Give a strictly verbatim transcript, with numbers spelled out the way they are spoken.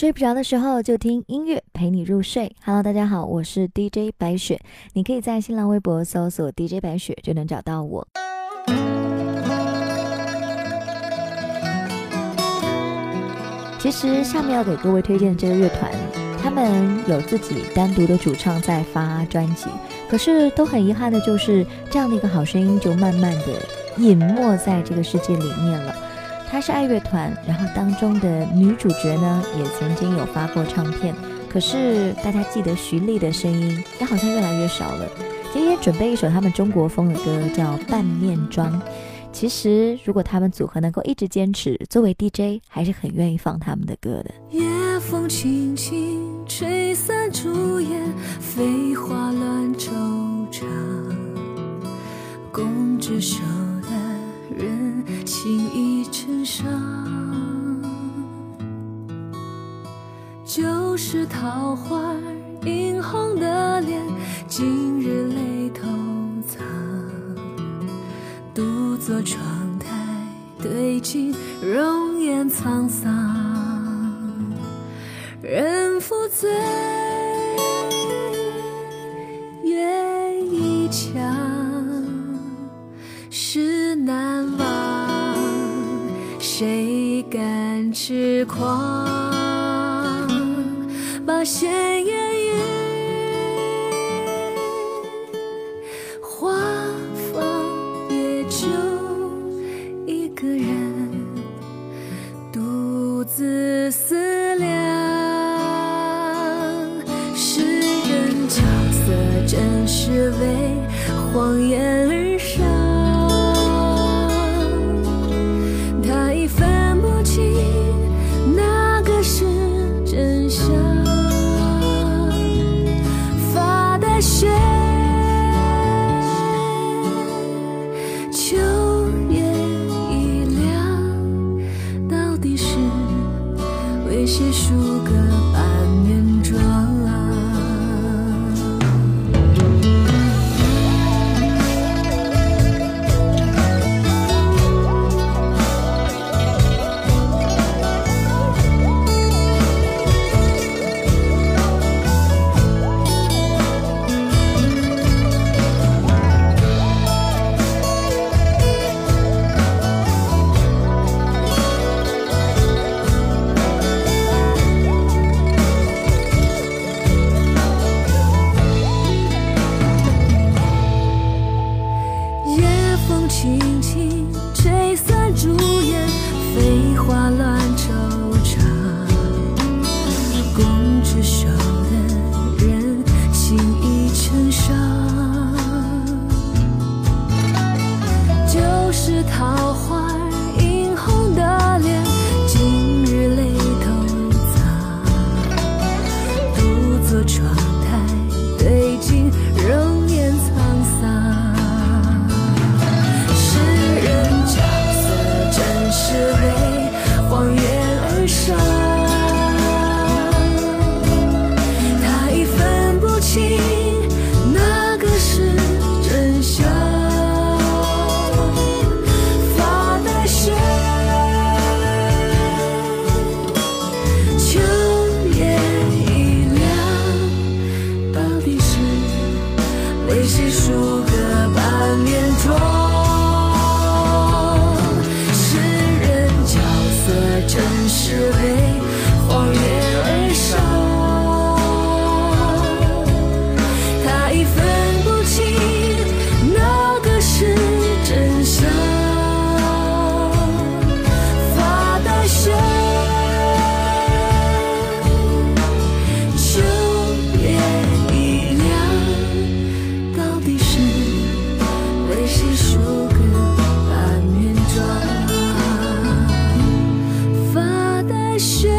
睡不着的时候就听音乐陪你入睡。Hello， 大家好，我是 D J 白雪，你可以在新浪微博搜索 D J 白雪就能找到我。其实下面要给各位推荐的这个乐团，他们有自己单独的主唱在发专辑，可是都很遗憾的就是这样的一个好声音就慢慢的隐没在这个世界里面了。他是爱乐团，然后当中的女主角呢也曾经有发过唱片，可是大家记得徐丽的声音也好像越来越少了。今天准备一首他们中国风的歌叫半面妆，其实如果他们组合能够一直坚持，作为 D J 还是很愿意放他们的歌的。 夜风轻轻吹散竹叶，飞花乱惆怅，共执手的人情已成伤，旧时桃花映红的脸，今日泪偷藏，独坐窗台对镜，容颜沧桑，人负醉月一腔，事难忘，谁敢痴狂，把闲言语话放，也就一个人独自思量，诗人角色真是为谎言而伤，他已分不清那个是真相，发带雪，秋叶已凉，到底是为谁梳个半面妆啊？轻轻吹散竹叶，飞花乱惆怅，共执手的人情已成伤，旧时桃花映红的脸，今日泪偷藏，独坐窗台对镜，容颜沧桑，是为谎言而伤，他已分不清那个是真相，发带雪，秋叶已凉，到底是为谁梳个半面妆？真是为谎言而伤，他已分不清那个是真相，发带雪，秋叶已凉，到底是为谁梳个半面妆？雪